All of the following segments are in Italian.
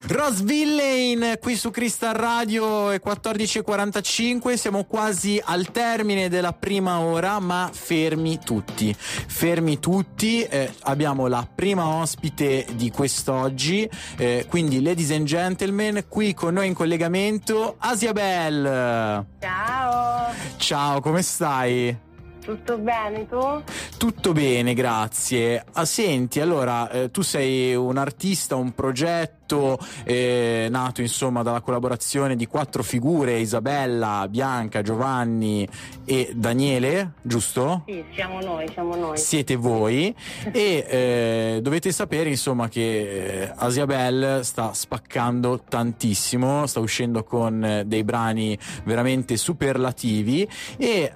Rose Villain qui su Crystal Radio, è 14:45, siamo quasi al termine della prima ora, ma fermi tutti, abbiamo la prima ospite di quest'oggi, quindi ladies and gentlemen, qui con noi in collegamento Asia Bell. Ciao, come stai? Tutto bene, tu? Tutto bene, grazie. Senti, allora, tu sei un artista, un progetto nato insomma dalla collaborazione di 4 figure: Isabella, Bianca, Giovanni e Daniele, giusto? Sì, siamo noi. Siete voi e dovete sapere insomma che Asia Bell sta spaccando tantissimo, sta uscendo con dei brani veramente superlativi e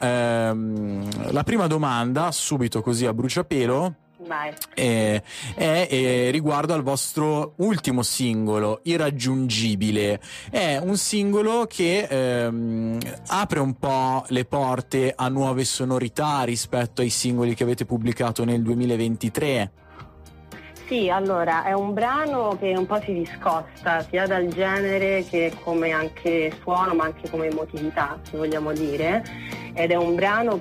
la prima domanda, subito così a bruciapelo, è riguardo al vostro ultimo singolo, Irraggiungibile. È un singolo che apre un po' le porte a nuove sonorità rispetto ai singoli che avete pubblicato nel 2023. Sì, allora, è un brano che un po' si discosta sia dal genere che come anche suono, ma anche come emotività, se vogliamo dire, ed è un brano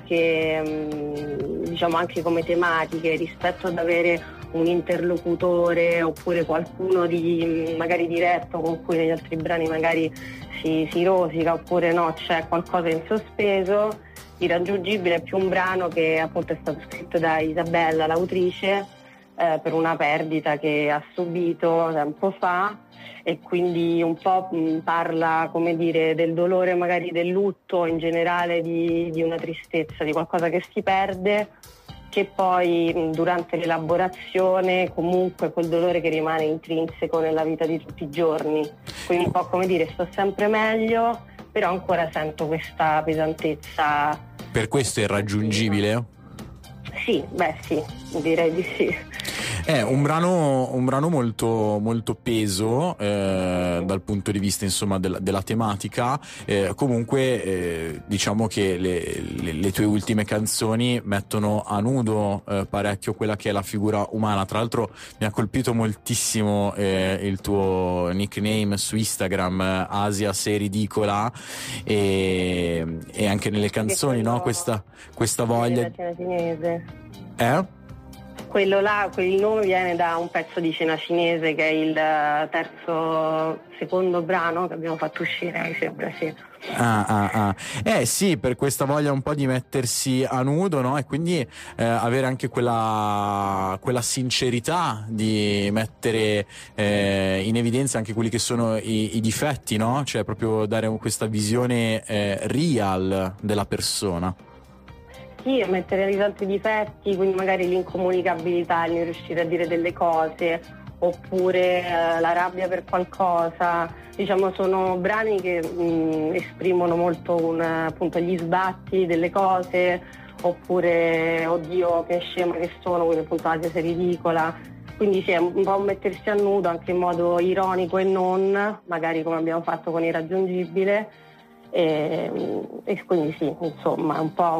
che diciamo anche come tematiche, rispetto ad avere un interlocutore oppure qualcuno di magari diretto con cui negli altri brani magari si rosica oppure no, c'è qualcosa in sospeso. Irraggiungibile è più un brano che appunto è stato scritto da Isabella, l'autrice, per una perdita che ha subito tempo fa, e quindi un po' parla, come dire, del dolore, magari del lutto in generale, di una tristezza, di qualcosa che si perde, che poi durante l'elaborazione comunque quel dolore che rimane intrinseco nella vita di tutti i giorni. Quindi un po' come dire, sto sempre meglio, però ancora sento questa pesantezza. Per questo è irraggiungibile? Sì, direi di sì. È un brano molto, molto peso dal punto di vista insomma della tematica. Comunque diciamo che le tue ultime canzoni mettono a nudo parecchio quella che è la figura umana. Tra l'altro mi ha colpito moltissimo il tuo nickname su Instagram, Asia sei ridicola, e anche nelle canzoni, no? Questa voglia. Quello là, quel nome viene da un pezzo di cena cinese che è il secondo brano che abbiamo fatto uscire, mi sembra, sì. Sì, per questa voglia un po' di mettersi a nudo, no? E quindi avere anche quella sincerità di mettere in evidenza anche quelli che sono i difetti, no? Cioè proprio dare questa visione real della persona. Sì, mettere in risalto i difetti, quindi magari l'incomunicabilità, il non riuscire a dire delle cose, oppure la rabbia per qualcosa. Diciamo, sono brani che esprimono molto appunto gli sbatti delle cose, oppure oddio che scema che sono, quindi appunto Asia sei ridicola. Quindi sì, è un po' mettersi a nudo anche in modo ironico e non, magari come abbiamo fatto con Irraggiungibile. E quindi sì, insomma, è un po'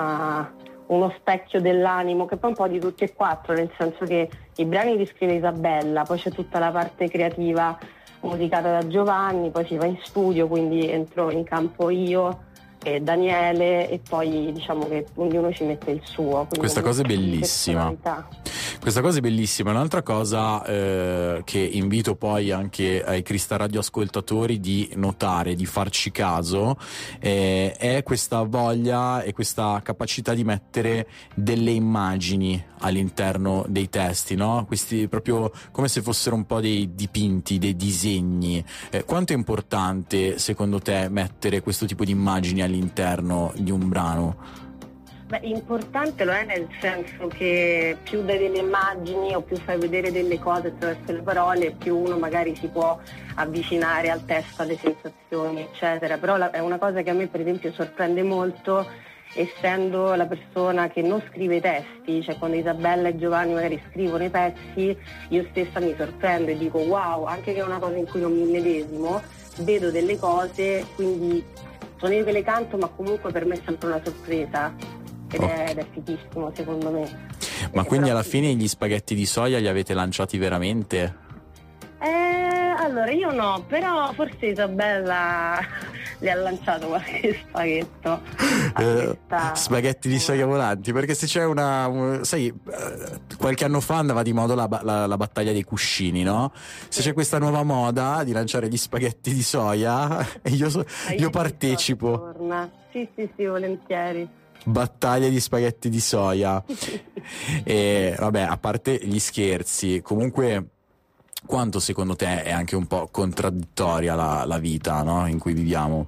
uno specchio dell'animo, che poi un po' di tutti e 4, nel senso che i brani li scrive Isabella, poi c'è tutta la parte creativa musicata da Giovanni, poi si va in studio, quindi entro in campo io e Daniele, e poi diciamo che ognuno ci mette il suo. Questa cosa è bellissima. Questa cosa è bellissima. Un'altra cosa che invito poi anche ai Crystal Radio ascoltatori di notare, di farci caso, è questa voglia e questa capacità di mettere delle immagini all'interno dei testi, no? Questi proprio come se fossero un po' dei dipinti, dei disegni. Quanto è importante secondo te mettere questo tipo di immagini all'interno di un brano? Beh, importante lo è, nel senso che più dai delle immagini o più fai vedere delle cose attraverso le parole, più uno magari si può avvicinare al testo, alle sensazioni, eccetera. Però è una cosa che a me per esempio sorprende molto, essendo la persona che non scrive i testi, cioè quando Isabella e Giovanni magari scrivono i pezzi, io stessa mi sorprendo e dico wow, anche che è una cosa in cui non mi immedesimo, vedo delle cose, quindi sono io che le canto, ma comunque per me è sempre una sorpresa. Ed è fighissimo secondo me. Ma quindi alla fine gli spaghetti di soia li avete lanciati veramente? Allora io no, però forse Isabella le ha lanciato qualche spaghetto. Spaghetti di soia volanti, perché se c'è sai, qualche anno fa andava di moda la battaglia dei cuscini, no? Se c'è questa nuova moda di lanciare gli spaghetti di soia, io partecipo. Sì, volentieri. Battaglia di spaghetti di soia. E vabbè, a parte gli scherzi, comunque quanto secondo te è anche un po' contraddittoria la vita, no? In cui viviamo?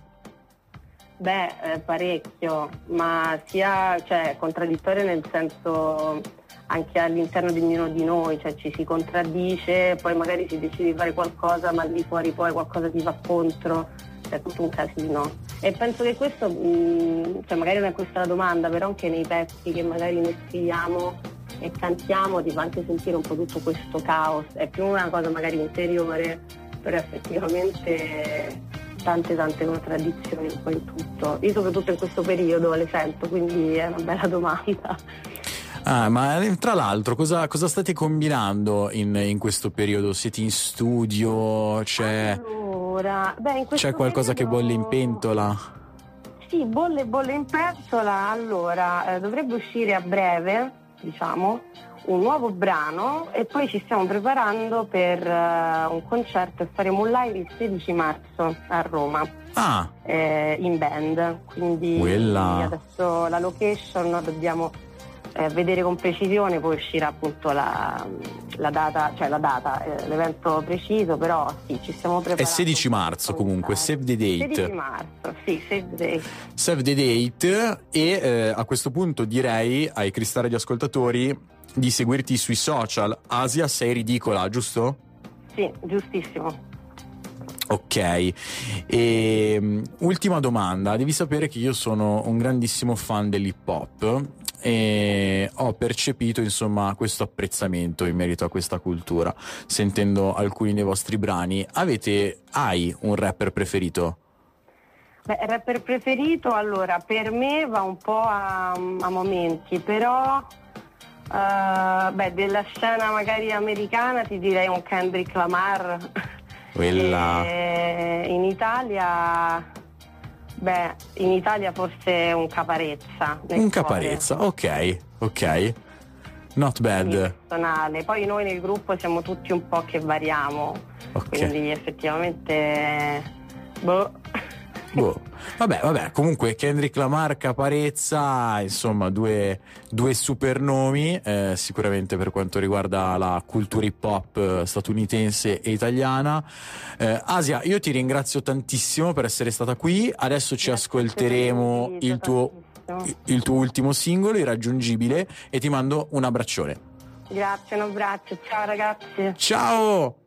Parecchio, ma cioè contraddittoria nel senso anche all'interno di ognuno di noi, cioè ci si contraddice, poi magari si decide di fare qualcosa, ma lì fuori poi qualcosa ti va contro, è tutto un casino. E penso che questo, cioè magari non è questa la domanda, però anche nei pezzi che magari noi scriviamo e cantiamo ti fa anche sentire un po' tutto questo caos, è più una cosa magari interiore, però effettivamente tante contraddizioni un po' in tutto. Io soprattutto in questo periodo le sento, quindi è una bella domanda. Ma tra l'altro cosa state combinando in questo periodo? Siete in studio? Allora, in questo c'è qualcosa periodo... che bolle in pentola? Sì, bolle in pentola. Allora, dovrebbe uscire a breve, diciamo, un nuovo brano e poi ci stiamo preparando per un concerto e faremo un live il 16 marzo a Roma in band, quindi adesso la location dobbiamo vedere con precisione, poi uscirà appunto la data, l'evento preciso, però sì, ci stiamo preparando. È 16 marzo comunque, save the date. 16 marzo, sì, save the date. Save the date e a questo punto direi ai Cristal Radio ascoltatori di seguirti sui social. Asia sei ridicola, giusto? Sì, giustissimo. Ok, e ultima domanda, devi sapere che io sono un grandissimo fan dell'hip hop e ho percepito insomma questo apprezzamento in merito a questa cultura sentendo alcuni dei vostri brani. Hai un rapper preferito? Rapper preferito, allora per me va un po' a momenti, però della scena magari americana ti direi un Kendrick Lamar. Quella in Italia forse un Caparezza. Ok, not bad. Personale. Poi noi nel gruppo siamo tutti un po' che variamo, quindi effettivamente Vabbè, comunque Kendrick Lamar, Caparezza, insomma due super nomi sicuramente per quanto riguarda la cultura hip hop statunitense e italiana. Asia, io ti ringrazio tantissimo per essere stata qui, adesso ci ascolteremo il tuo ultimo singolo, Irraggiungibile, e ti mando un abbraccione. Grazie, un abbraccio, ciao ragazzi. Ciao!